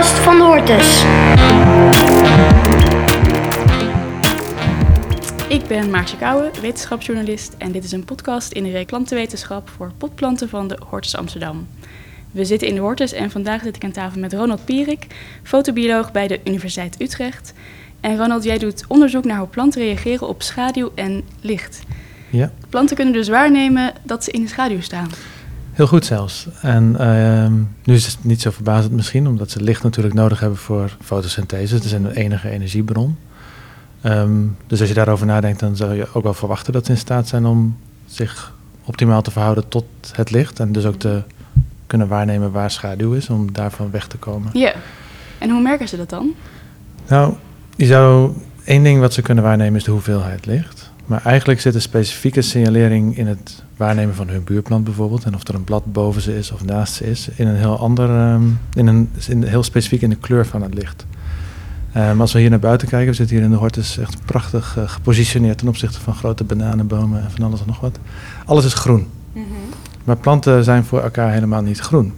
podcast van de Hortus. Ik ben Maartje Kouwen, wetenschapsjournalist en dit is een podcast in de reeks plantenwetenschap voor potplanten van de Hortus Amsterdam. We zitten in de Hortus en vandaag zit ik aan tafel met Ronald Pierik, fotobioloog bij de Universiteit Utrecht. En Ronald, jij doet onderzoek naar hoe planten reageren op schaduw en licht. Ja. Planten kunnen dus waarnemen dat ze in de schaduw staan. Heel goed zelfs. En nu is het niet zo verbazend misschien, omdat ze licht natuurlijk nodig hebben voor fotosynthese. Het is een enige energiebron. Dus als je daarover nadenkt, dan zou je ook wel verwachten dat ze in staat zijn om zich optimaal te verhouden tot het licht. En dus ook te kunnen waarnemen waar schaduw is, om daarvan weg te komen. Ja, en hoe merken ze dat dan? Nou, één ding wat ze kunnen waarnemen is de hoeveelheid licht. Maar eigenlijk zit een specifieke signalering in het waarnemen van hun buurplant bijvoorbeeld. En of er een blad boven ze is of naast ze is. In een heel ander, heel specifiek in de kleur van het licht. Als we hier naar buiten kijken, we zitten hier in de Hortus echt prachtig gepositioneerd ten opzichte van grote bananenbomen en van alles en nog wat. Alles is groen. Mm-hmm. Maar planten zijn voor elkaar helemaal niet groen.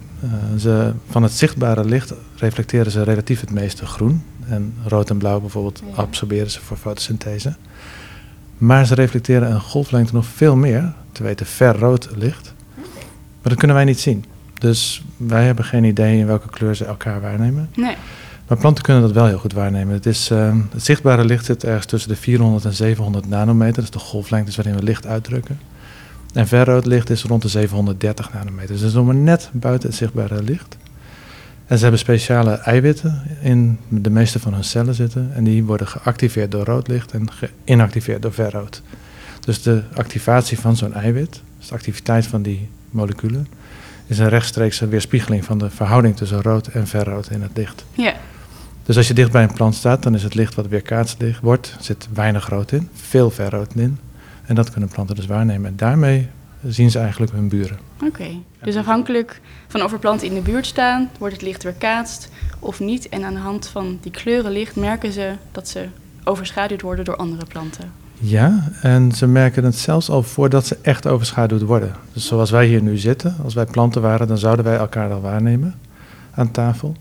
Van het zichtbare licht reflecteren ze relatief het meeste groen. En rood en blauw bijvoorbeeld absorberen ze voor fotosynthese. Maar ze reflecteren een golflengte nog veel meer, te weten verrood licht. Maar dat kunnen wij niet zien. Dus wij hebben geen idee in welke kleur ze elkaar waarnemen. Nee. Maar planten kunnen dat wel heel goed waarnemen. Het zichtbare licht zit ergens tussen de 400 en 700 nanometer. Dat is de golflengte waarin we licht uitdrukken. En verrood licht is rond de 730 nanometer. Dus dat is nog maar net buiten het zichtbare licht. En ze hebben speciale eiwitten in de meeste van hun cellen zitten. En die worden geactiveerd door rood licht en geïnactiveerd door verrood. Dus de activatie van zo'n eiwit, dus de activiteit van die moleculen, is een rechtstreekse weerspiegeling van de verhouding tussen rood en verrood in het licht. Ja. Dus als je dicht bij een plant staat, dan is het licht wat weerkaatst wordt, zit weinig rood in, veel verrood in. En dat kunnen planten dus waarnemen. En daarmee zien ze eigenlijk hun buren. Oké. Dus afhankelijk van of er planten in de buurt staan, wordt het licht weerkaatst of niet. En aan de hand van die kleuren licht merken ze dat ze overschaduwd worden door andere planten. Ja, en ze merken het zelfs al voordat ze echt overschaduwd worden. Dus zoals wij hier nu zitten, als wij planten waren, dan zouden wij elkaar al waarnemen aan tafel.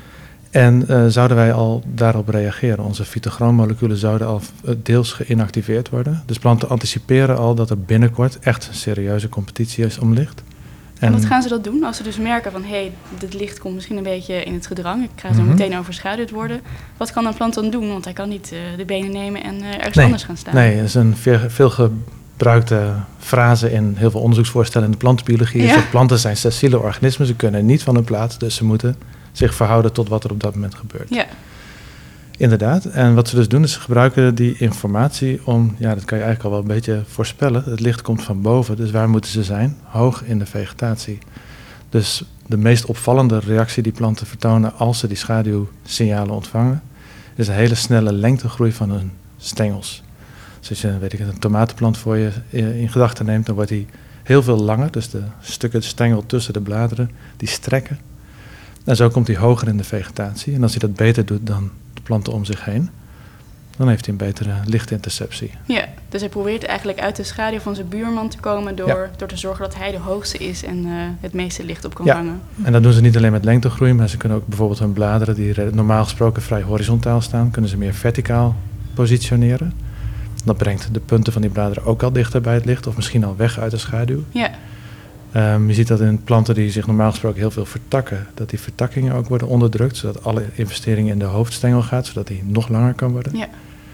En zouden wij al daarop reageren. Onze fytochroommoleculen zouden al deels geïnactiveerd worden. Dus planten anticiperen al dat er binnenkort echt een serieuze competitie is om licht. En wat gaan ze dat doen als ze dus merken van dit licht komt misschien een beetje in het gedrang. Ik ga zo meteen overschaduwd worden. Wat kan een plant dan doen? Want hij kan niet de benen nemen en ergens anders gaan staan. Nee, dat is een veel gebruikte frase in heel veel onderzoeksvoorstellen in de plantenbiologie. Ja. Planten zijn sessiele organismen, ze kunnen niet van hun plaats, dus ze moeten zich verhouden tot wat er op dat moment gebeurt. Ja. Inderdaad. En wat ze dus doen is ze gebruiken die informatie om, dat kan je eigenlijk al wel een beetje voorspellen. Het licht komt van boven, dus waar moeten ze zijn? Hoog in de vegetatie. Dus de meest opvallende reactie die planten vertonen als ze die schaduwsignalen ontvangen, is een hele snelle lengtegroei van hun stengels. Dus als je een tomatenplant voor je in gedachten neemt, dan wordt die heel veel langer. Dus de stukken stengel tussen de bladeren, die strekken. En zo komt hij hoger in de vegetatie. En als hij dat beter doet dan de planten om zich heen, dan heeft hij een betere lichtinterceptie. Ja, dus hij probeert eigenlijk uit de schaduw van zijn buurman te komen door te zorgen dat hij de hoogste is en het meeste licht op kan vangen. En dat doen ze niet alleen met lengtegroei, maar ze kunnen ook bijvoorbeeld hun bladeren, die normaal gesproken vrij horizontaal staan, kunnen ze meer verticaal positioneren. Dat brengt de punten van die bladeren ook al dichter bij het licht of misschien al weg uit de schaduw. Ja. Je ziet dat in planten die zich normaal gesproken heel veel vertakken, dat die vertakkingen ook worden onderdrukt, zodat alle investeringen in de hoofdstengel gaat, zodat die nog langer kan worden. Ja.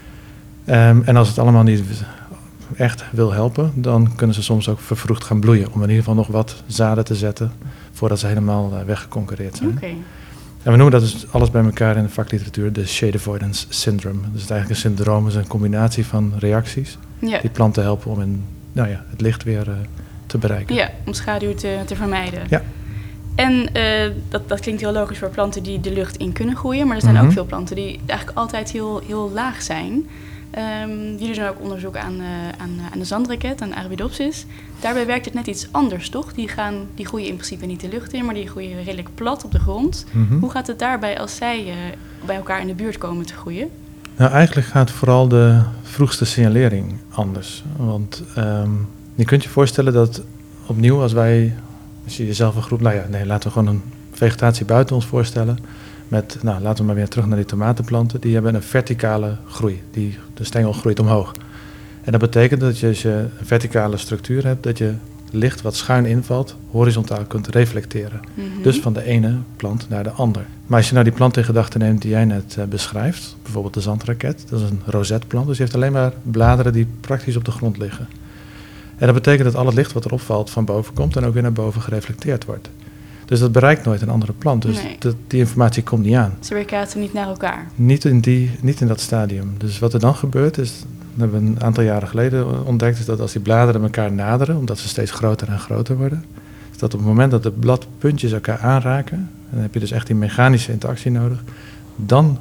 En als het allemaal niet echt wil helpen, dan kunnen ze soms ook vervroegd gaan bloeien, om in ieder geval nog wat zaden te zetten, voordat ze helemaal weggeconcureerd zijn. Okay. En we noemen dat dus alles bij elkaar in de vakliteratuur de shade avoidance syndrome. Dus het is eigenlijk een syndroom, is een combinatie van reacties die planten helpen om het licht weer te bereiken. Ja, om schaduw te vermijden. Ja. En dat klinkt heel logisch voor planten die de lucht in kunnen groeien. Maar er zijn ook veel planten die eigenlijk altijd heel laag zijn. Jullie doen ook onderzoek aan de zandriket, aan Arabidopsis. Daarbij werkt het net iets anders, toch? Die groeien in principe niet de lucht in, maar die groeien redelijk plat op de grond. Mm-hmm. Hoe gaat het daarbij als zij bij elkaar in de buurt komen te groeien? Nou, eigenlijk gaat vooral de vroegste signalering anders. Want je kunt je voorstellen dat opnieuw als je jezelf een groep... laten we gewoon een vegetatie buiten ons voorstellen. laten we maar weer terug naar die tomatenplanten. Die hebben een verticale groei. De stengel groeit omhoog. En dat betekent dat je, als je een verticale structuur hebt, dat je licht wat schuin invalt, horizontaal kunt reflecteren. Mhm. Dus van de ene plant naar de ander. Maar als je nou die plant in gedachten neemt die jij net beschrijft, bijvoorbeeld de zandraket, dat is een rozetplant, dus die heeft alleen maar bladeren die praktisch op de grond liggen. En dat betekent dat al het licht wat erop valt van boven komt en ook weer naar boven gereflecteerd wordt. Dus dat bereikt nooit een andere plant. Dus die informatie komt niet aan. Ze weerkaatsen niet naar elkaar. Niet in dat stadium. Dus wat er dan gebeurt is, dat hebben we een aantal jaren geleden ontdekt, is dat als die bladeren elkaar naderen, omdat ze steeds groter en groter worden, is dat op het moment dat de bladpuntjes elkaar aanraken, dan heb je dus echt die mechanische interactie nodig, dan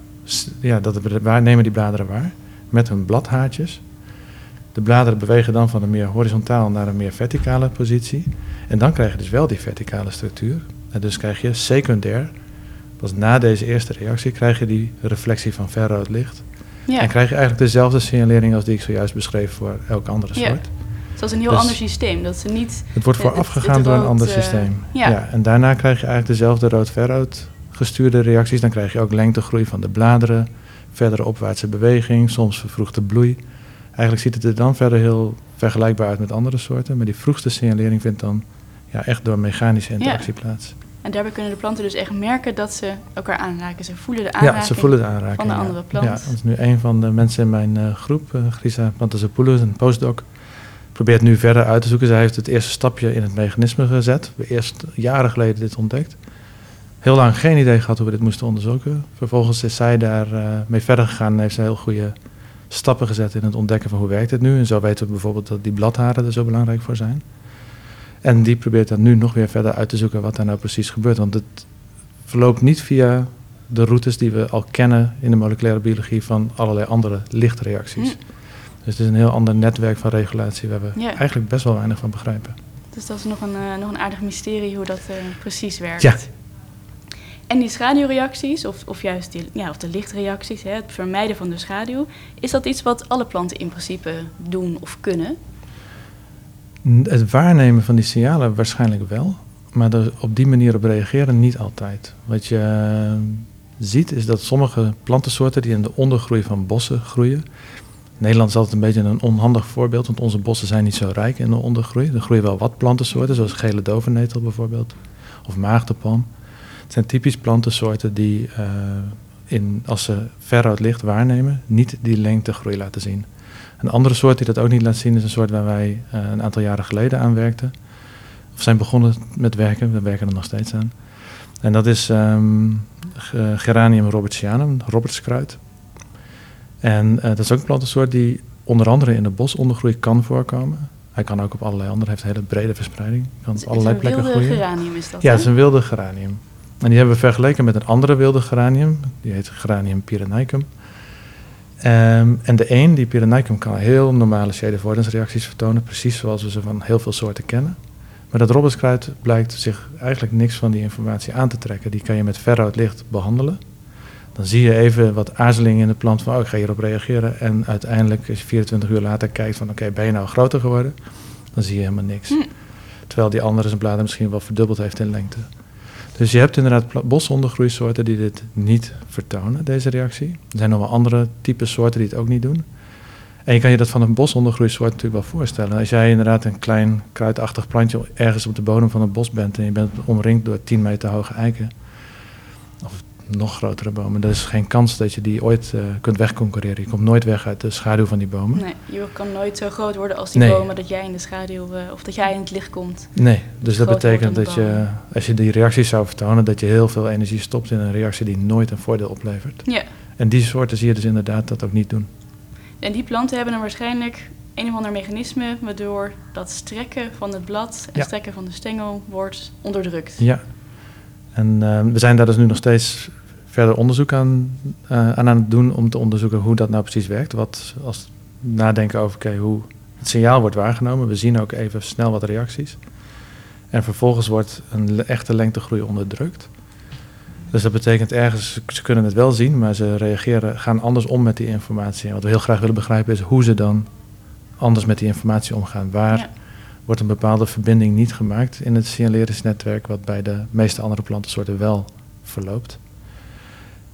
nemen die bladeren waar met hun bladhaartjes. De bladeren bewegen dan van een meer horizontaal naar een meer verticale positie. En dan krijg je dus wel die verticale structuur. En dus krijg je secundair, pas na deze eerste reactie, krijg je die reflectie van verrood licht. Ja. En krijg je eigenlijk dezelfde signalering als die ik zojuist beschreef voor elk andere soort. Het was een heel ander systeem. Dat ze niet, het wordt voorafgegaan door een ander systeem. Ja, en daarna krijg je eigenlijk dezelfde rood-verrood gestuurde reacties. Dan krijg je ook lengtegroei van de bladeren, verdere opwaartse beweging, soms vervroegde bloei. Eigenlijk ziet het er dan verder heel vergelijkbaar uit met andere soorten. Maar die vroegste signalering vindt dan echt door mechanische interactie plaats. En daarbij kunnen de planten dus echt merken dat ze elkaar aanraken. Ze voelen de aanraking, ze voelen de aanraking van de andere plant. Ja, dat is nu een van de mensen in mijn groep, Grisa Pantazopoulou, een postdoc, probeert nu verder uit te zoeken. Zij heeft het eerste stapje in het mechanisme gezet. We eerst jaren geleden dit ontdekt. Heel lang geen idee gehad hoe we dit moesten onderzoeken. Vervolgens is zij daar mee verder gegaan en heeft ze heel goede stappen gezet in het ontdekken van hoe werkt het nu. En zo weten we bijvoorbeeld dat die bladharen er zo belangrijk voor zijn. En die probeert dan nu nog weer verder uit te zoeken wat daar nou precies gebeurt. Want het verloopt niet via de routes die we al kennen in de moleculaire biologie van allerlei andere lichtreacties. Dus het is een heel ander netwerk van regulatie waar we eigenlijk best wel weinig van begrijpen. Dus dat is nog een aardig mysterie hoe dat precies werkt. Ja. En die schaduwreacties, of juist de lichtreacties, het vermijden van de schaduw, is dat iets wat alle planten in principe doen of kunnen? Het waarnemen van die signalen waarschijnlijk wel, maar er op die manier op reageren niet altijd. Wat je ziet is dat sommige plantensoorten die in de ondergroei van bossen groeien. Nederland is altijd een beetje een onhandig voorbeeld, want onze bossen zijn niet zo rijk in de ondergroei. Er groeien wel wat plantensoorten, zoals gele dovennetel bijvoorbeeld, of maagdenpalm. Het zijn typisch plantensoorten die, als ze verrood licht waarnemen, niet die lengtegroei laten zien. Een andere soort die dat ook niet laat zien is een soort waar wij een aantal jaren geleden aan werkten. Of zijn begonnen met werken, we werken er nog steeds aan. En dat is Geranium robertsianum, Robertskruid. En dat is ook een plantensoort die onder andere in de bosondergroei kan voorkomen. Hij kan ook op allerlei andere, heeft een hele brede verspreiding. Kan op allerlei plekken groeien. Een wilde geranium is dat? Ja, het is een wilde geranium. En die hebben we vergeleken met een andere wilde geranium. Die heet Geranium pyrenaicum. En die pyrenaicum, kan heel normale shade-avoidance-reacties vertonen, precies zoals we ze van heel veel soorten kennen. Maar dat robberskruid blijkt zich eigenlijk niks van die informatie aan te trekken. Die kan je met verrood licht behandelen. Dan zie je even wat aarzeling in de plant van, ik ga hierop reageren. En uiteindelijk, als je 24 uur later kijkt van, ben je nou groter geworden? Dan zie je helemaal niks. Terwijl die andere zijn bladeren misschien wel verdubbeld heeft in lengte. Dus je hebt inderdaad bosondergroeisoorten die dit niet vertonen, deze reactie. Er zijn nog wel andere type soorten die het ook niet doen. En je kan je dat van een bosondergroeisoort natuurlijk wel voorstellen. Als jij inderdaad een klein kruidachtig plantje ergens op de bodem van het bos bent en je bent omringd door 10 meter hoge eiken, of nog grotere bomen, er is geen kans dat je die ooit kunt wegconcurreren. Je komt nooit weg uit de schaduw van die bomen. Nee, je kan nooit zo groot worden als die bomen dat jij in de schaduw of dat jij in het licht komt. Nee, dus dat betekent dat je, als je die reacties zou vertonen, dat je heel veel energie stopt in een reactie die nooit een voordeel oplevert. Ja. En die soorten zie je dus inderdaad dat ook niet doen. En die planten hebben dan waarschijnlijk een of ander mechanisme waardoor dat strekken van het blad en strekken van de stengel wordt onderdrukt. Ja. En we zijn daar dus nu nog steeds verder onderzoek aan het doen om te onderzoeken hoe dat nou precies werkt. Wat als nadenken over hoe het signaal wordt waargenomen. We zien ook even snel wat reacties. En vervolgens wordt een echte lengtegroei onderdrukt. Dus dat betekent ergens, ze kunnen het wel zien, maar ze gaan anders om met die informatie. En wat we heel graag willen begrijpen is hoe ze dan anders met die informatie omgaan. Waar wordt een bepaalde verbinding niet gemaakt in het signaleringsnetwerk, wat bij de meeste andere plantensoorten wel verloopt.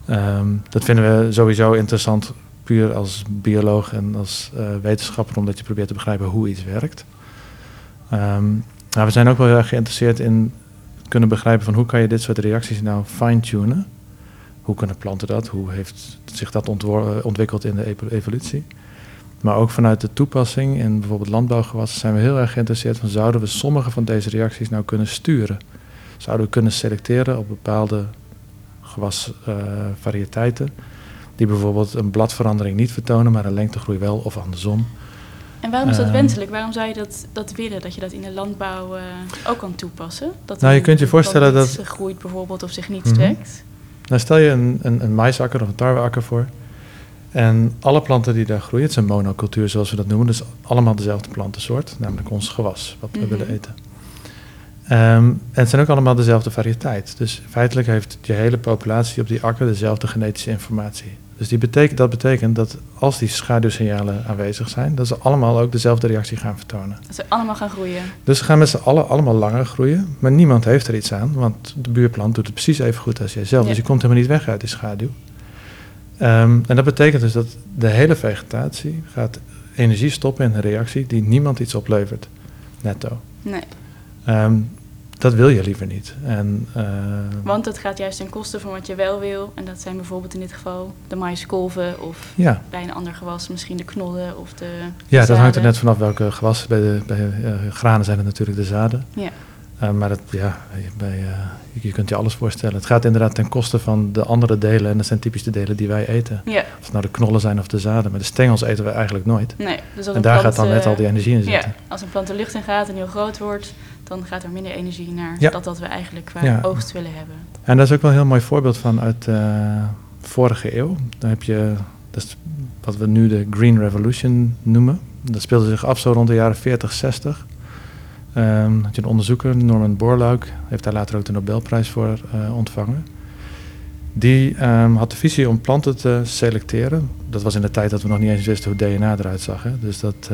Dat vinden we sowieso interessant, puur als bioloog en als wetenschapper, omdat je probeert te begrijpen hoe iets werkt. Maar we zijn ook wel heel erg geïnteresseerd in kunnen begrijpen van hoe kan je dit soort reacties nou fine-tunen. Hoe kunnen planten dat? Hoe heeft zich dat ontwikkeld in de evolutie? Maar ook vanuit de toepassing in bijvoorbeeld landbouwgewassen zijn we heel erg geïnteresseerd van zouden we sommige van deze reacties nou kunnen sturen? Zouden we kunnen selecteren op bepaalde gewasvariëteiten die bijvoorbeeld een bladverandering niet vertonen, maar een lengtegroei wel of andersom? En waarom is dat wenselijk? Waarom zou je dat willen, dat je dat in de landbouw ook kan toepassen? Dat je kunt je voorstellen dat zich groeit bijvoorbeeld of zich niet strekt. Nou, stel je een maisakker of een tarweakker voor. En alle planten die daar groeien, het is een monocultuur zoals we dat noemen, dus allemaal dezelfde plantensoort, namelijk ons gewas, wat we willen eten. En het zijn ook allemaal dezelfde variëteit. Dus feitelijk heeft je hele populatie op die akker dezelfde genetische informatie. Dus dat betekent dat als die schaduwsignalen aanwezig zijn, dat ze allemaal ook dezelfde reactie gaan vertonen. Dat ze allemaal gaan groeien. Dus ze gaan met z'n allen allemaal langer groeien, maar niemand heeft er iets aan, want de buurplant doet het precies even goed als jijzelf. Ja. Dus je komt helemaal niet weg uit die schaduw. En dat betekent dus dat de hele vegetatie gaat energie stoppen in een reactie die niemand iets oplevert, netto. Nee. Dat wil je liever niet. Want het gaat juist ten koste van wat je wel wil. En dat zijn bijvoorbeeld in dit geval de maïskolven of bij een ander gewas misschien de knollen of de zaden. Dat hangt er net vanaf welke gewassen. Bij granen zijn het natuurlijk de zaden. Ja. Maar je kunt je alles voorstellen. Het gaat inderdaad ten koste van de andere delen. En dat zijn typisch de delen die wij eten. Ja. Of het nou de knollen zijn of de zaden. Maar de stengels eten we eigenlijk nooit. Nee, dus als en daar gaat dan net al die energie in zitten. Ja, als een plant de lucht in gaat en heel groot wordt, dan gaat er minder energie naar dat we eigenlijk qua oogst willen hebben. En dat is ook wel een heel mooi voorbeeld van uit vorige eeuw. Dan heb je, dat is wat we nu de Green Revolution noemen. Dat speelde zich af zo rond de jaren 40, 60. Had je een onderzoeker, Norman Borlaug, heeft daar later ook de Nobelprijs voor ontvangen. Die had de visie om planten te selecteren. Dat was in de tijd dat we nog niet eens wisten hoe DNA eruit zag. Hè? Dus dat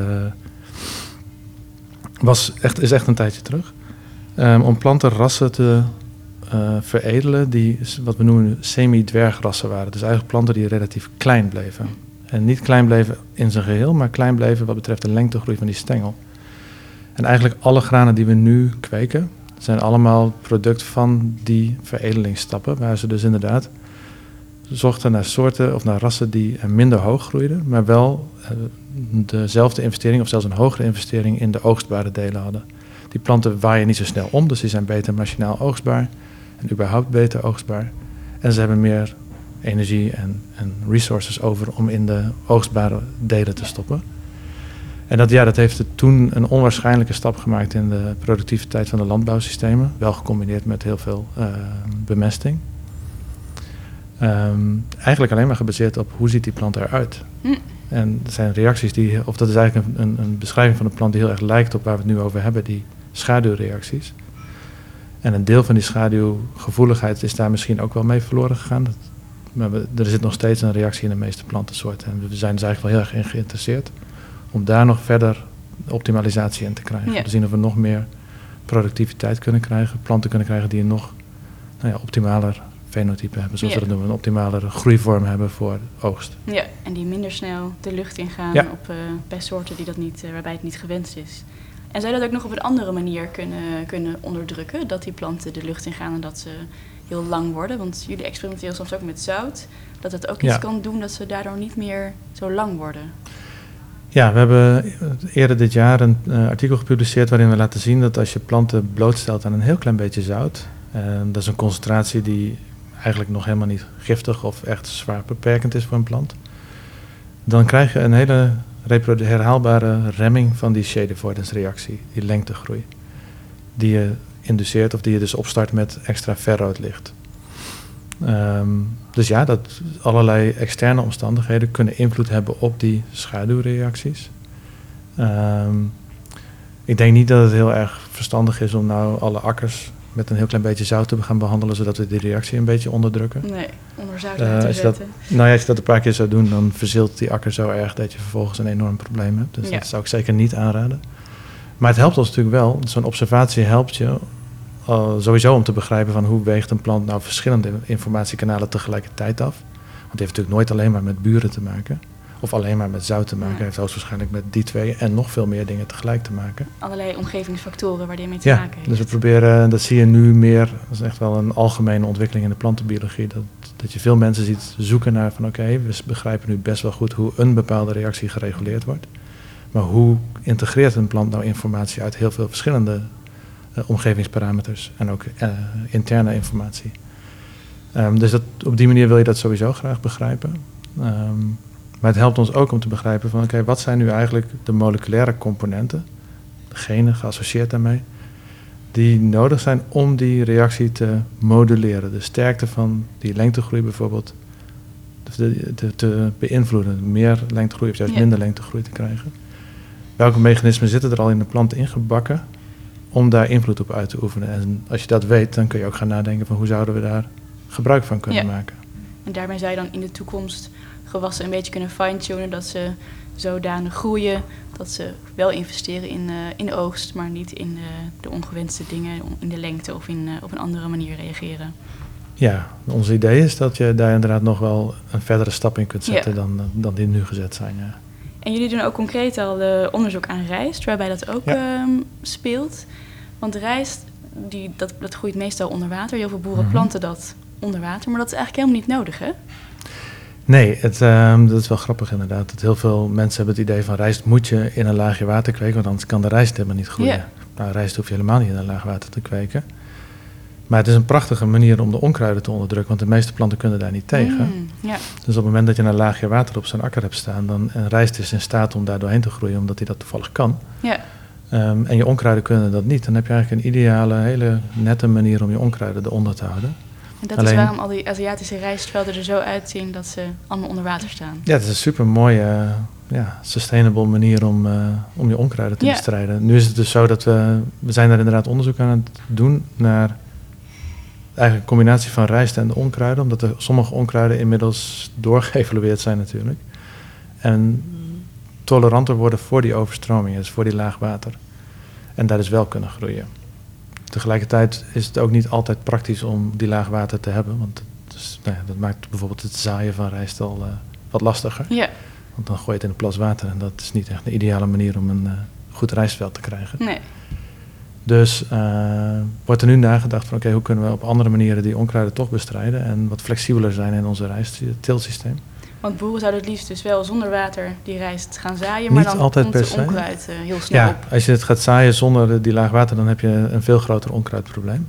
is echt een tijdje terug. Om plantenrassen te veredelen die wat we noemen semi-dwergrassen waren. Dus eigenlijk planten die relatief klein bleven. En niet klein bleven in zijn geheel, maar klein bleven wat betreft de lengtegroei van die stengel. En eigenlijk alle granen die we nu kweken, zijn allemaal product van die veredelingsstappen, waar ze dus inderdaad zochten naar soorten of naar rassen die minder hoog groeiden, maar wel dezelfde investering of zelfs een hogere investering in de oogstbare delen hadden. Die planten waaien niet zo snel om, dus die zijn beter machinaal oogstbaar en überhaupt beter oogstbaar. En ze hebben meer energie en resources over om in de oogstbare delen te stoppen. En dat heeft toen een onwaarschijnlijke stap gemaakt in de productiviteit van de landbouwsystemen. Wel gecombineerd met heel veel bemesting. Eigenlijk alleen maar gebaseerd op hoe ziet die plant eruit. En er zijn reacties dat is eigenlijk een beschrijving van een plant die heel erg lijkt op waar we het nu over hebben, die schaduwreacties. En een deel van die schaduwgevoeligheid is daar misschien ook wel mee verloren gegaan. Maar er zit nog steeds een reactie in de meeste plantensoorten. En we zijn dus eigenlijk wel heel erg in geïnteresseerd om daar nog verder optimalisatie in te krijgen. Om te zien of we nog meer productiviteit kunnen krijgen, planten kunnen krijgen die een nog optimaler fenotype hebben, zoals we dat noemen, een optimalere groeivorm hebben voor oogst. Ja, en die minder snel de lucht ingaan bij soorten waarbij het niet gewenst is. En zou je dat ook nog op een andere manier kunnen onderdrukken, dat die planten de lucht ingaan en dat ze heel lang worden? Want jullie experimenteren soms ook met zout, dat het ook iets kan doen dat ze daardoor niet meer zo lang worden. Ja, we hebben eerder dit jaar een artikel gepubliceerd waarin we laten zien dat als je planten blootstelt aan een heel klein beetje zout, dat is een concentratie die eigenlijk nog helemaal niet giftig of echt zwaar beperkend is voor een plant, dan krijg je een hele herhaalbare remming van die shade avoidance reactie, die lengtegroei, die je induceert of die je dus opstart met extra verrood licht. Dus dat allerlei externe omstandigheden kunnen invloed hebben op die schaduwreacties. Ik denk niet dat het heel erg verstandig is om nou alle akkers met een heel klein beetje zout te gaan behandelen, zodat we die reactie een beetje onderdrukken. Nee, onder zout laten zetten. Als je dat een paar keer zou doen, dan verzilt die akker zo erg dat je vervolgens een enorm probleem hebt. Dus dat zou ik zeker niet aanraden. Maar het helpt ons natuurlijk wel. Zo'n observatie helpt je sowieso om te begrijpen van hoe weegt een plant nou verschillende informatiekanalen tegelijkertijd af. Want het heeft natuurlijk nooit alleen maar met buren te maken. Of alleen maar met zout te maken. Het heeft hoogstwaarschijnlijk met die twee en nog veel meer dingen tegelijk te maken. Allerlei omgevingsfactoren waar die mee te maken heeft. Dus we proberen, dat zie je nu meer, dat is echt wel een algemene ontwikkeling in de plantenbiologie, dat je veel mensen ziet zoeken naar van oké, we begrijpen nu best wel goed hoe een bepaalde reactie gereguleerd wordt. Maar hoe integreert een plant nou informatie uit heel veel verschillende omgevingsparameters en ook interne informatie. Dus op die manier wil je dat sowieso graag begrijpen. Maar het helpt ons ook om te begrijpen van oké, wat zijn nu eigenlijk de moleculaire componenten, de genen geassocieerd daarmee, die nodig zijn om die reactie te moduleren. De sterkte van die lengtegroei bijvoorbeeld te beïnvloeden. Meer lengtegroei of juist minder lengtegroei te krijgen. Welke mechanismen zitten er al in de plant ingebakken om daar invloed op uit te oefenen? En als je dat weet, dan kun je ook gaan nadenken van hoe zouden we daar gebruik van kunnen maken. En daarmee zou je dan in de toekomst gewassen een beetje kunnen fine-tunen, dat ze zodanig groeien, dat ze wel investeren in de oogst, maar niet in de ongewenste dingen, in de lengte of op een andere manier reageren. Ja, ons idee is dat je daar inderdaad nog wel een verdere stap in kunt zetten dan die nu gezet zijn. Ja. En jullie doen ook concreet al onderzoek aan rijst, waarbij dat ook speelt. Want rijst, dat groeit meestal onder water. Heel veel boeren planten dat onder water, maar dat is eigenlijk helemaal niet nodig, hè? Nee, dat is wel grappig inderdaad. Dat heel veel mensen hebben het idee van rijst moet je in een laagje water kweken, want anders kan de rijst helemaal niet groeien. Yeah. Nou, rijst hoef je helemaal niet in een laag water te kweken. Maar het is een prachtige manier om de onkruiden te onderdrukken, want de meeste planten kunnen daar niet tegen. Dus op het moment dat je een laagje water op zijn akker hebt staan, en rijst is in staat om daar doorheen te groeien, omdat hij dat toevallig kan. En je onkruiden kunnen dat niet, dan heb je eigenlijk een ideale, hele nette manier om je onkruiden eronder te houden. En dat is waarom al die Aziatische rijstvelden er zo uitzien dat ze allemaal onder water staan. Ja, het is een super mooie, sustainable manier om je onkruiden te bestrijden. Nu is het dus zo dat we zijn daar inderdaad onderzoek aan het doen naar eigenlijk een combinatie van rijst en de onkruiden, omdat er sommige onkruiden inmiddels doorgeëvalueerd zijn natuurlijk. En toleranter worden voor die overstroming, dus voor die laag water. En daar dus wel kunnen groeien. Tegelijkertijd is het ook niet altijd praktisch om die laag water te hebben, want dat maakt bijvoorbeeld het zaaien van rijst al wat lastiger. Want dan gooi je het in een plas water en dat is niet echt een ideale manier om een goed rijstveld te krijgen. Nee. Dus wordt er nu nagedacht van oké, hoe kunnen we op andere manieren die onkruiden toch bestrijden en wat flexibeler zijn in onze rijstteeltsysteem. Want boeren zouden het liefst dus wel zonder water die rijst gaan zaaien, maar niet dan altijd komt per de se. onkruid heel snel op. Als je het gaat zaaien zonder die laag water, dan heb je een veel groter onkruidprobleem.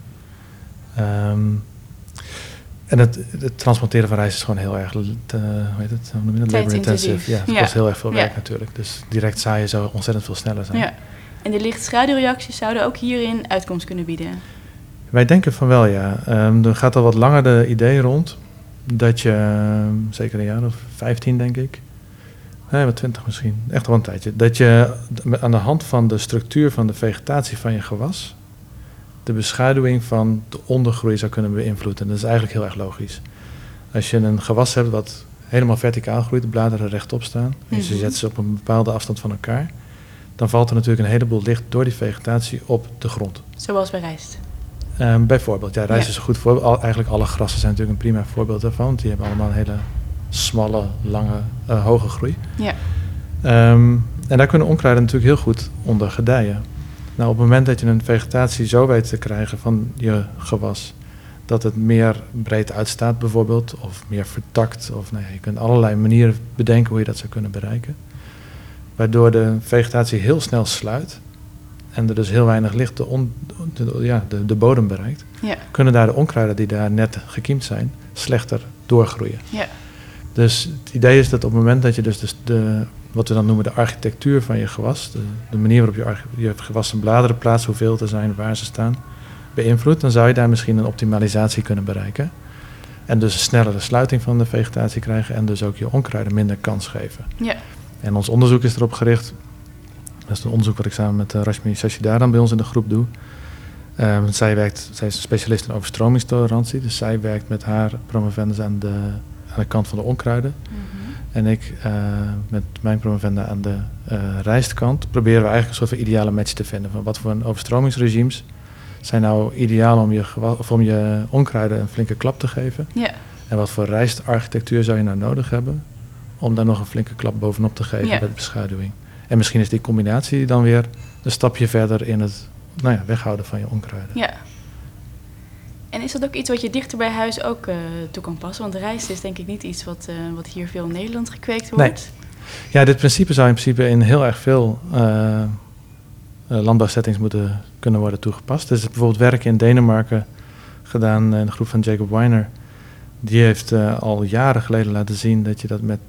En het transporteren van rijst is gewoon heel erg, labor-intensive. Ja, het kost heel erg veel werk natuurlijk. Dus direct zaaien zou ontzettend veel sneller zijn. Ja. En de licht-schaduwreacties zouden ook hierin uitkomst kunnen bieden? Wij denken van wel, ja. Er gaat al wat langer de idee rond dat je, zeker een jaar of 15 denk ik, wat 20 misschien, echt wel een tijdje, dat je aan de hand van de structuur van de vegetatie van je gewas de beschaduwing van de ondergroei zou kunnen beïnvloeden. Dat is eigenlijk heel erg logisch. Als je een gewas hebt wat helemaal verticaal groeit, de bladeren rechtop staan, en je zet ze op een bepaalde afstand van elkaar, dan valt er natuurlijk een heleboel licht door die vegetatie op de grond. Zoals bij rijst? Bijvoorbeeld, rijst is een goed voorbeeld. Eigenlijk alle grassen zijn natuurlijk een prima voorbeeld daarvan, want die hebben allemaal een hele smalle, lange, hoge groei. Ja. En daar kunnen onkruiden natuurlijk heel goed onder gedijen. Nou, op het moment dat je een vegetatie zo weet te krijgen van je gewas, dat het meer breed uitstaat bijvoorbeeld, of meer vertakt, of je kunt allerlei manieren bedenken hoe je dat zou kunnen bereiken, waardoor de vegetatie heel snel sluit en er dus heel weinig licht de bodem bereikt, kunnen daar de onkruiden die daar net gekiemd zijn, slechter doorgroeien. Ja. Dus het idee is dat op het moment dat je dus wat we dan noemen de architectuur van je gewas, de manier waarop je gewas en bladeren plaatst, hoeveel er zijn, waar ze staan, beïnvloedt, dan zou je daar misschien een optimalisatie kunnen bereiken. En dus een snellere sluiting van de vegetatie krijgen en dus ook je onkruiden minder kans geven. Ja. En ons onderzoek is erop gericht, dat is een onderzoek wat ik samen met Rashmi Sashidaran bij ons in de groep doe. Zij is een specialist in overstromingstolerantie, dus zij werkt met haar promovendus aan de kant van de onkruiden. Mm-hmm. En ik met mijn promovenda aan de rijstkant proberen we eigenlijk een soort van ideale match te vinden van wat voor een overstromingsregimes zijn nou ideaal om je onkruiden een flinke klap te geven? Ja. En wat voor rijstarchitectuur zou je nou nodig hebben om daar nog een flinke klap bovenop te geven met beschaduwing? En misschien is die combinatie dan weer een stapje verder in het weghouden van je onkruiden. Ja. En is dat ook iets wat je dichter bij huis ook toe kan passen? Want rijst is denk ik niet iets wat hier veel in Nederland gekweekt wordt. Nee. Ja, dit principe zou in principe in heel erg veel landbouwsettings moeten kunnen worden toegepast. Er is bijvoorbeeld werk in Denemarken gedaan in de groep van Jacob Weiner. Die heeft al jaren geleden laten zien dat je dat met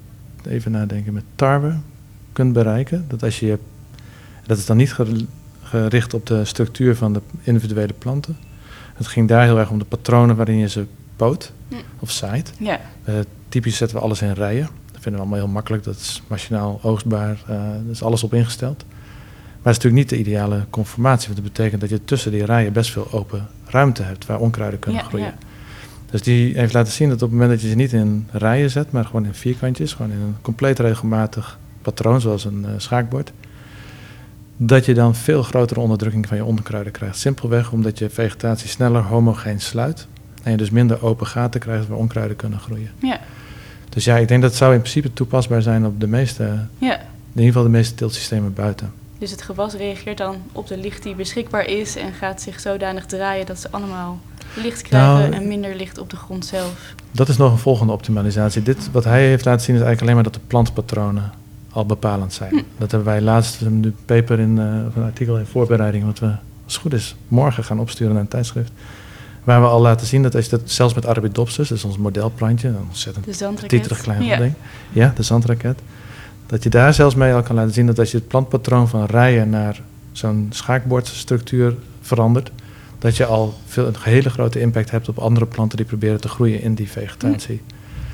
tarwe kunt bereiken. Dat is dan niet gericht op de structuur van de individuele planten. Het ging daar heel erg om de patronen waarin je ze poot of zaait. Ja. Typisch zetten we alles in rijen. Dat vinden we allemaal heel makkelijk. Dat is machinaal oogstbaar. Daar is alles op ingesteld. Maar het is natuurlijk niet de ideale conformatie. Want dat betekent dat je tussen die rijen best veel open ruimte hebt waar onkruiden kunnen groeien. Ja. Dus die heeft laten zien dat op het moment dat je ze niet in rijen zet, maar gewoon in vierkantjes, gewoon in een compleet regelmatig patroon, zoals een schaakbord, dat je dan veel grotere onderdrukking van je onkruiden krijgt. Simpelweg omdat je vegetatie sneller homogeen sluit en je dus minder open gaten krijgt waar onkruiden kunnen groeien. Ja. Dus ja, ik denk dat het zou in principe toepasbaar zijn op de meeste, in ieder geval de meeste teeltsystemen buiten. Dus het gewas reageert dan op de licht die beschikbaar is en gaat zich zodanig draaien dat ze allemaal licht krijgen en minder licht op de grond zelf. Dat is nog een volgende optimalisatie. Wat hij heeft laten zien is eigenlijk alleen maar dat de plantpatronen al bepalend zijn. Dat hebben wij laatst een paper of een artikel in voorbereiding, wat we, als het goed is, morgen gaan opsturen naar een tijdschrift. Waar we al laten zien dat als je dat zelfs met Arabidopsis, dus ons modelplantje, een ontzettend tieterig klein ding. Ja, de zandraket. Dat je daar zelfs mee al kan laten zien dat als je het plantpatroon van rijen naar zo'n schaakbordstructuur verandert, dat je al een hele grote impact hebt op andere planten die proberen te groeien in die vegetatie.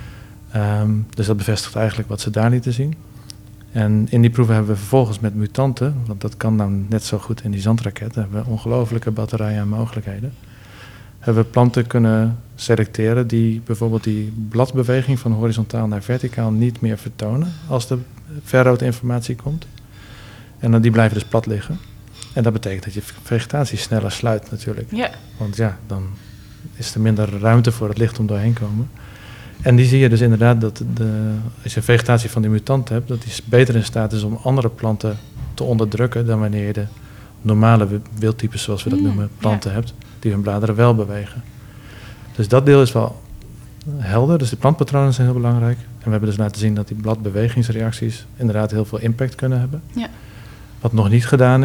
Dus dat bevestigt eigenlijk wat ze daar lieten zien. En in die proeven hebben we vervolgens met mutanten, want dat kan nou net zo goed in die zandraket, hebben we ongelofelijke batterijen aan mogelijkheden. Hebben we planten kunnen selecteren die bijvoorbeeld die bladbeweging van horizontaal naar verticaal niet meer vertonen als de verrootinformatie komt. En dan die blijven dus plat liggen. En dat betekent dat je vegetatie sneller sluit natuurlijk. Ja. Want ja, dan is er minder ruimte voor het licht om doorheen te komen. En die zie je dus inderdaad dat als je vegetatie van die mutant hebt, dat die beter in staat is om andere planten te onderdrukken dan wanneer je de normale wildtypes, zoals we dat noemen, planten hebt, die hun bladeren wel bewegen. Dus dat deel is wel helder. Dus de plantpatronen zijn heel belangrijk. En we hebben dus laten zien dat die bladbewegingsreacties inderdaad heel veel impact kunnen hebben. Ja. Wat nog niet gedaan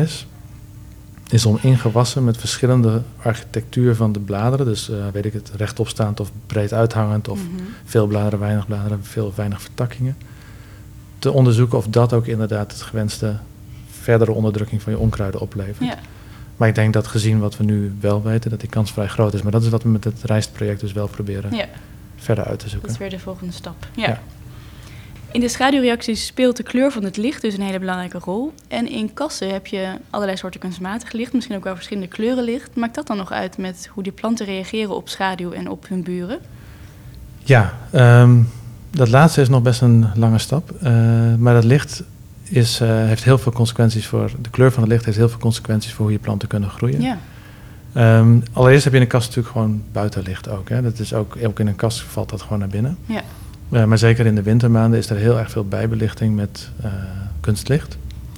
is om in gewassen met verschillende architectuur van de bladeren, dus weet ik het, rechtopstaand of breed uithangend of veel bladeren, weinig vertakkingen, te onderzoeken of dat ook inderdaad het gewenste verdere onderdrukking van je onkruiden oplevert. Ja. Maar ik denk dat gezien wat we nu wel weten, dat die kans vrij groot is. Maar dat is wat we met het rijstproject dus wel proberen verder uit te zoeken. Dat is weer de volgende stap. Ja. In de schaduwreacties speelt de kleur van het licht dus een hele belangrijke rol. En in kassen heb je allerlei soorten kunstmatig licht, misschien ook wel verschillende kleuren licht. Maakt dat dan nog uit met hoe die planten reageren op schaduw en op hun buren? Ja, dat laatste is nog best een lange stap. Maar dat licht heeft heel veel consequenties voor, de kleur van het licht heeft heel veel consequenties voor hoe je planten kunnen groeien. Ja. Allereerst heb je in een kast natuurlijk gewoon buitenlicht ook. Hè. Dat is ook in een kast valt dat gewoon naar binnen. Ja. Maar zeker in de wintermaanden is er heel erg veel bijbelichting met kunstlicht.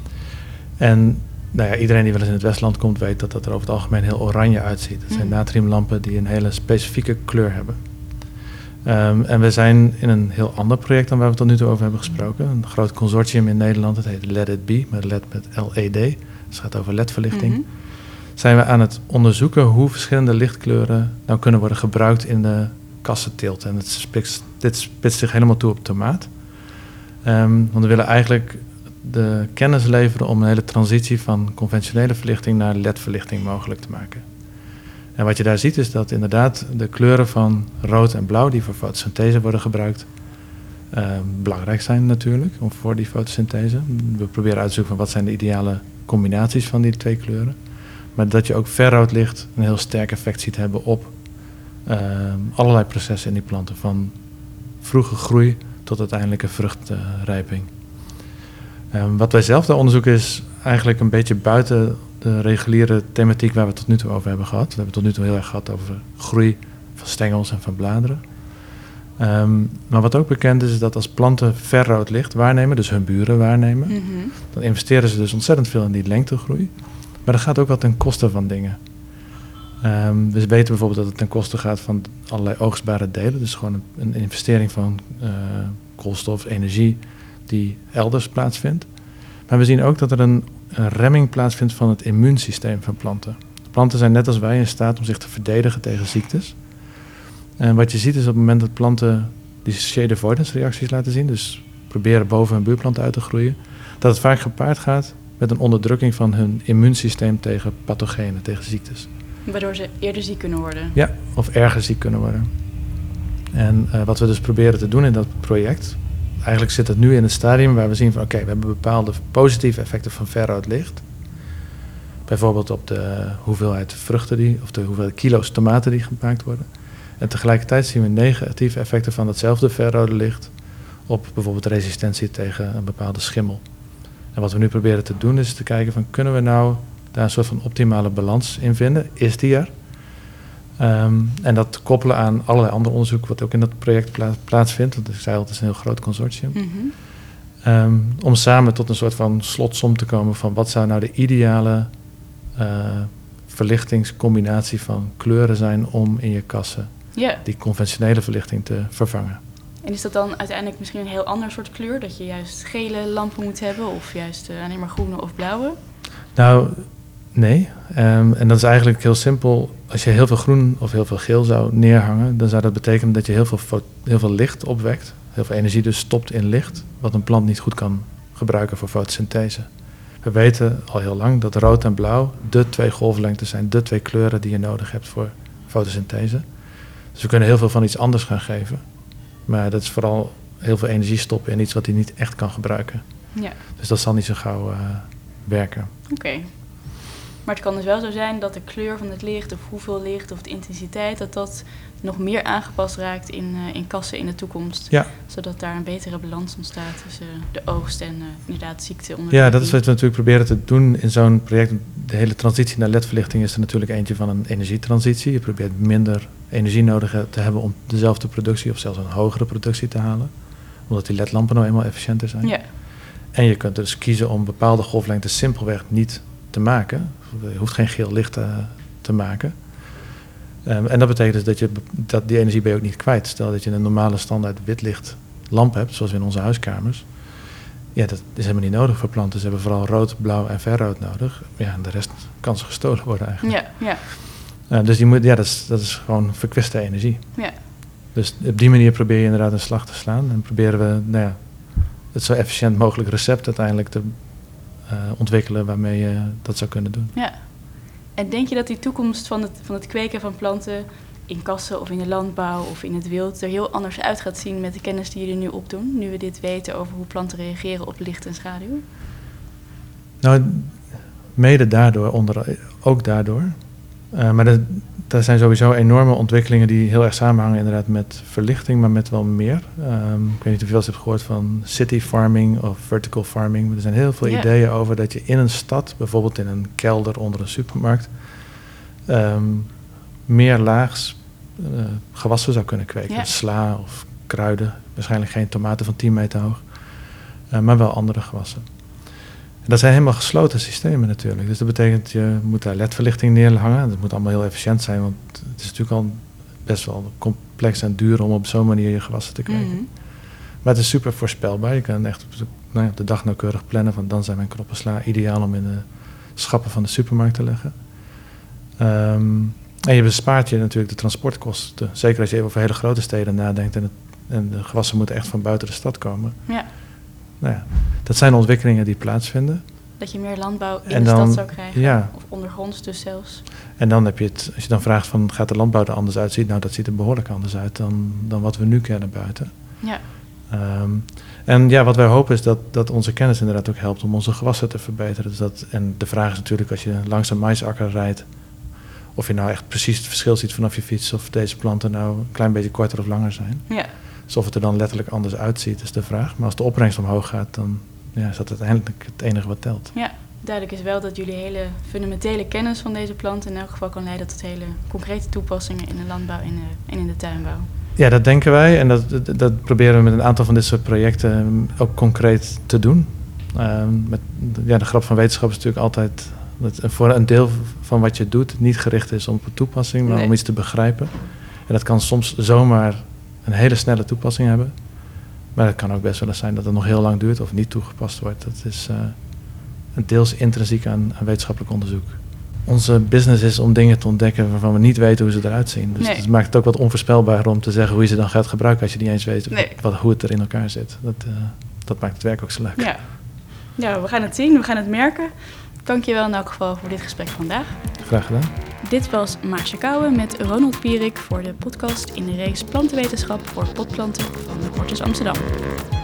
En iedereen die wel eens in het Westland komt weet dat dat er over het algemeen heel oranje uitziet. Het zijn natriumlampen die een hele specifieke kleur hebben. En we zijn in een heel ander project dan waar we tot nu toe over hebben gesproken. Een groot consortium in Nederland, het heet Let It Be, met LED met LED. Dus het gaat over LED-verlichting. Zijn we aan het onderzoeken hoe verschillende lichtkleuren nou kunnen worden gebruikt in de kassenteelt. En dit spitst zich helemaal toe op tomaat. Want we willen eigenlijk de kennis leveren om een hele transitie van conventionele verlichting naar LED-verlichting mogelijk te maken. En wat je daar ziet is dat inderdaad de kleuren van rood en blauw die voor fotosynthese worden gebruikt, belangrijk zijn natuurlijk voor die fotosynthese. We proberen uit te zoeken van wat zijn de ideale combinaties van die twee kleuren. Maar dat je ook verrood licht een heel sterk effect ziet hebben op allerlei processen in die planten. Van vroege groei tot uiteindelijke vruchtrijping. Wat wij zelf daar onderzoeken is eigenlijk een beetje buiten de reguliere thematiek waar we het tot nu toe over hebben gehad. We hebben tot nu toe heel erg gehad over groei van stengels en van bladeren. Maar wat ook bekend is dat als planten verrood licht waarnemen, dus hun buren waarnemen, dan investeren ze dus ontzettend veel in die lengtegroei. Maar dat gaat ook wel ten koste van dingen. We weten bijvoorbeeld dat het ten koste gaat van allerlei oogstbare delen. Dus gewoon een investering van koolstof, energie die elders plaatsvindt. Maar we zien ook dat er een remming plaatsvindt van het immuunsysteem van planten. Planten zijn net als wij in staat om zich te verdedigen tegen ziektes. En wat je ziet is op het moment dat planten die shade avoidance reacties laten zien, dus proberen boven hun buurplant uit te groeien, dat het vaak gepaard gaat met een onderdrukking van hun immuunsysteem tegen pathogenen, tegen ziektes. Waardoor ze eerder ziek kunnen worden. Ja, of erger ziek kunnen worden. En wat we dus proberen te doen in dat project, eigenlijk zit het nu in het stadium waar we zien van oké, we hebben bepaalde positieve effecten van verrood licht. Bijvoorbeeld op de hoeveelheid vruchten of de hoeveelheid kilo's tomaten die gemaakt worden. En tegelijkertijd zien we negatieve effecten van datzelfde verrode licht op bijvoorbeeld resistentie tegen een bepaalde schimmel. En wat we nu proberen te doen is te kijken van kunnen we nou daar een soort van optimale balans in vinden? Is die er? En dat koppelen aan allerlei andere onderzoek wat ook in dat project plaatsvindt. Want ik zei al, het is een heel groot consortium. Om samen tot een soort van slotsom te komen van wat zou nou de ideale verlichtingscombinatie van kleuren zijn om in je kassen die conventionele verlichting te vervangen. En is dat dan uiteindelijk misschien een heel ander soort kleur? Dat je juist gele lampen moet hebben of juist alleen maar groene of blauwe? Nou, nee. En dat is eigenlijk heel simpel. Als je heel veel groen of heel veel geel zou neerhangen, dan zou dat betekenen dat je heel veel licht opwekt. Heel veel energie dus stopt in licht, wat een plant niet goed kan gebruiken voor fotosynthese. We weten al heel lang dat rood en blauw de 2 golflengtes zijn, de 2 kleuren die je nodig hebt voor fotosynthese. Dus we kunnen heel veel van iets anders gaan geven. Maar dat is vooral heel veel energie stoppen in iets wat hij niet echt kan gebruiken. Ja. Dus dat zal niet zo gauw werken. Oké. Maar het kan dus wel zo zijn dat de kleur van het licht of hoeveel licht of de intensiteit, dat nog meer aangepast raakt in kassen in de toekomst. Ja. Zodat daar een betere balans ontstaat tussen de oogst en inderdaad ziekte. Ja, dat is wat we natuurlijk proberen te doen in zo'n project. De hele transitie naar LED-verlichting is er natuurlijk eentje van een energietransitie. Je probeert minder energie nodig te hebben om dezelfde productie of zelfs een hogere productie te halen. Omdat die LED-lampen nou eenmaal efficiënter zijn. Ja. En je kunt dus kiezen om bepaalde golflengtes simpelweg niet te maken. Je hoeft geen geel licht te maken. En dat betekent dus dat die energie ben je ook niet kwijt. Stel dat je een normale standaard witlicht lamp hebt, zoals in onze huiskamers. Ja, dat is helemaal niet nodig voor planten. Ze hebben vooral rood, blauw en verrood nodig. Ja, en de rest kan ze gestolen worden eigenlijk. Ja. Dus dat is gewoon verkwiste energie. Ja. Dus op die manier probeer je inderdaad een slag te slaan. En proberen we het zo efficiënt mogelijk recept uiteindelijk te ontwikkelen waarmee je dat zou kunnen doen. Ja. En denk je dat die toekomst van het kweken van planten in kassen of in de landbouw of in het wild er heel anders uit gaat zien met de kennis die jullie nu opdoen, nu we dit weten over hoe planten reageren op licht en schaduw? Nou, mede daardoor, ook daardoor. Maar er zijn sowieso enorme ontwikkelingen die heel erg samenhangen inderdaad met verlichting, maar met wel meer. Ik weet niet of je wel eens hebt gehoord van city farming of vertical farming. Maar er zijn heel veel ideeën over dat je in een stad, bijvoorbeeld in een kelder onder een supermarkt, meer laags gewassen zou kunnen kweken. Ja. Sla of kruiden, waarschijnlijk geen tomaten van 10 meter hoog, maar wel andere gewassen. En dat zijn helemaal gesloten systemen natuurlijk. Dus dat betekent, je moet daar LED-verlichting neerhangen. Dat moet allemaal heel efficiënt zijn, want het is natuurlijk al best wel complex en duur om op zo'n manier je gewassen te kweken. Mm-hmm. Maar het is super voorspelbaar. Je kan echt op de dag nauwkeurig plannen van dan zijn mijn knoppen sla ideaal om in de schappen van de supermarkt te leggen. En je bespaart je natuurlijk de transportkosten. Zeker als je even over hele grote steden nadenkt en de gewassen moeten echt van buiten de stad komen. Ja. Nou ja, dat zijn ontwikkelingen die plaatsvinden. Dat je meer landbouw in de stad zou krijgen, ja. Of ondergronds dus zelfs. En dan heb je als je dan vraagt van gaat de landbouw er anders uitzien? Nou, dat ziet er behoorlijk anders uit dan wat we nu kennen buiten. Ja. En ja, wat wij hopen is dat onze kennis inderdaad ook helpt om onze gewassen te verbeteren. Dus en de vraag is natuurlijk als je langs een maisakker rijdt, of je nou echt precies het verschil ziet vanaf je fiets of deze planten nou een klein beetje korter of langer zijn. Ja. Dus of het er dan letterlijk anders uitziet, is de vraag. Maar als de opbrengst omhoog gaat, dan is dat uiteindelijk het enige wat telt. Ja, Duidelijk is wel dat jullie hele fundamentele kennis van deze plant in elk geval kan leiden tot hele concrete toepassingen in de landbouw en in de tuinbouw. Ja, dat denken wij en dat proberen we met een aantal van dit soort projecten ook concreet te doen. De grap van wetenschap is natuurlijk altijd dat voor een deel van wat je doet niet gericht is op een toepassing, maar om iets te begrijpen. En dat kan soms zomaar een hele snelle toepassing hebben. Maar het kan ook best wel eens zijn dat het nog heel lang duurt of niet toegepast wordt. Dat is een deels intrinsiek aan wetenschappelijk onderzoek. Onze business is om dingen te ontdekken waarvan we niet weten hoe ze eruit zien. Dus het maakt het ook wat onvoorspelbaar om te zeggen hoe je ze dan gaat gebruiken als je niet eens weet hoe het er in elkaar zit. Dat maakt het werk ook zo leuk. Ja, we gaan het zien, we gaan het merken. Dank je wel in elk geval voor dit gesprek vandaag. Graag gedaan. Dit was Maartje Kouwen met Ronald Pierik voor de podcast in de reeks Plantenwetenschap voor potplanten van de Hortus Amsterdam.